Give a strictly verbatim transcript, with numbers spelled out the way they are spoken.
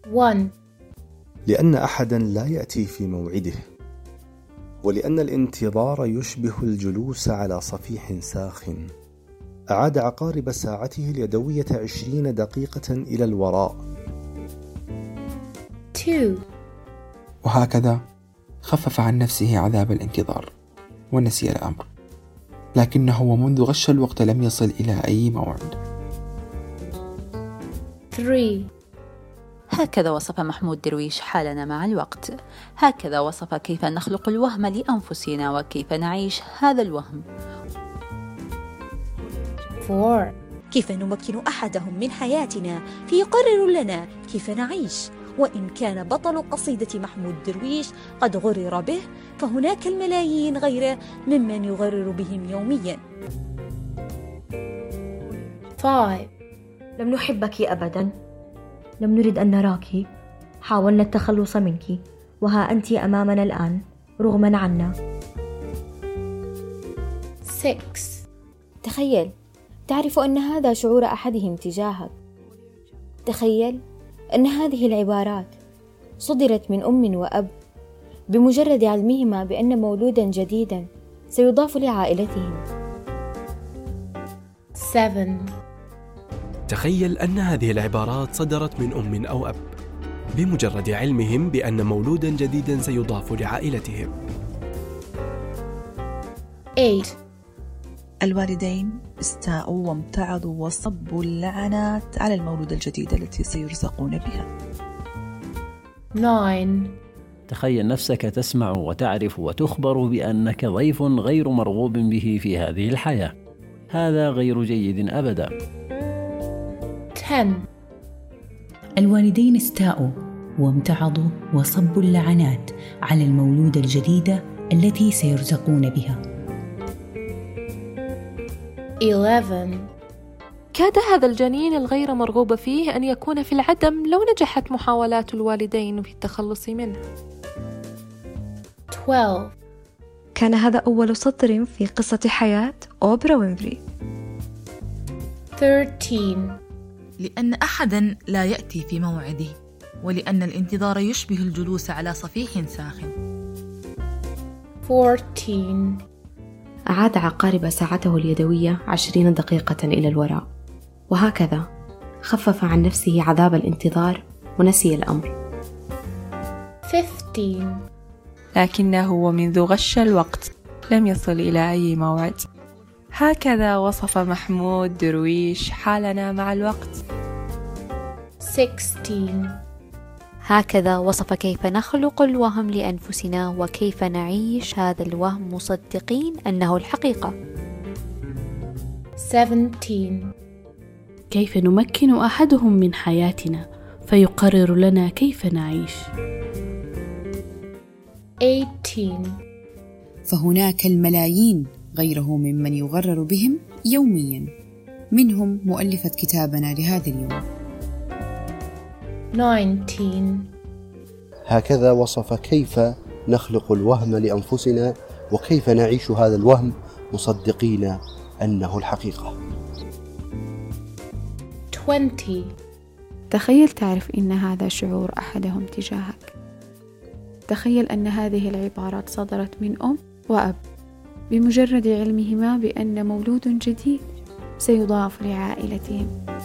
one. لأن أحدا لا يأتي في موعده، ولأن الانتظار يشبه الجلوس على صفيح ساخ. أعاد عقارب ساعته اليدوية عشرين دقيقة إلى الوراء. two. وهكذا خفف عن نفسه عذاب الانتظار ونسي الأمر، لكنه ومنذ غش الوقت لم يصل إلى أي موعد. three. هكذا وصف محمود درويش حالنا مع الوقت. هكذا وصف كيف نخلق الوهم لأنفسنا وكيف نعيش هذا الوهم. four. كيف نمكن أحدهم من حياتنا فيقرر لنا كيف نعيش. وإن كان بطل قصيدة محمود درويش قد غرر به، فهناك الملايين غيره ممن يغرر بهم يوميا. five. لم نحبك أبدا، لم نرد أن نراك، حاولنا التخلص منك، وها أنت أمامنا الآن رغما عنا. six. تخيل، تعرف أن هذا شعور أحدهم تجاهك. تخيل أن هذه العبارات صدرت من أم وأب بمجرد علمهما بأن مولودا جديدا سيضاف لعائلتهم. seven. تخيل أن هذه العبارات صدرت من أم أو أب بمجرد علمهم بأن مولودا جديدا سيضاف لعائلتهم. eight. الوالدين استاءوا وامتعضوا وصبوا اللعنات على المولودة الجديدة التي سيرزقون بها. nine. تخيل نفسك تسمع وتعرف وتخبر بأنك ضيف غير مرغوب به في هذه الحياة. هذا غير جيد أبدا. ten. الوالدين استاءوا وامتعضوا وصبوا اللعنات على المولودة الجديدة التي سيرزقون بها. eleven. كاد هذا الجنين الغير مرغوب فيه أن يكون في العدم لو نجحت محاولات الوالدين في التخلص منه. twelve. كان هذا أول سطر في قصة حياة أوبرا وينفري. thirteen. لأن أحدا لا يأتي في موعده، ولأن الانتظار يشبه الجلوس على صفيح ساخن. fourteen. أعاد عقارب ساعته اليدوية عشرين دقيقة إلى الوراء، وهكذا خفف عن نفسه عذاب الانتظار ونسي الأمر. fifteen. لكنه ومنذ غش الوقت لم يصل إلى أي موعد. هكذا وصف محمود درويش حالنا مع الوقت. sixteen. هكذا وصف كيف نخلق الوهم لأنفسنا وكيف نعيش هذا الوهم مصدقين أنه الحقيقة. seventeen. كيف نمكن أحدهم من حياتنا فيقرر لنا كيف نعيش. eighteen. فهناك الملايين غيره ممن يغرر بهم يوميا، منهم مؤلفة كتابنا لهذا اليوم. nineteen. هكذا وصف كيف نخلق الوهم لأنفسنا وكيف نعيش هذا الوهم مصدقين أنه الحقيقة. twenty. تخيل تعرف إن هذا شعور أحدهم تجاهك. تخيل أن هذه العبارات صدرت من أم وأب بمجرد علمهما بأن مولود جديد سيضاف لعائلتهم.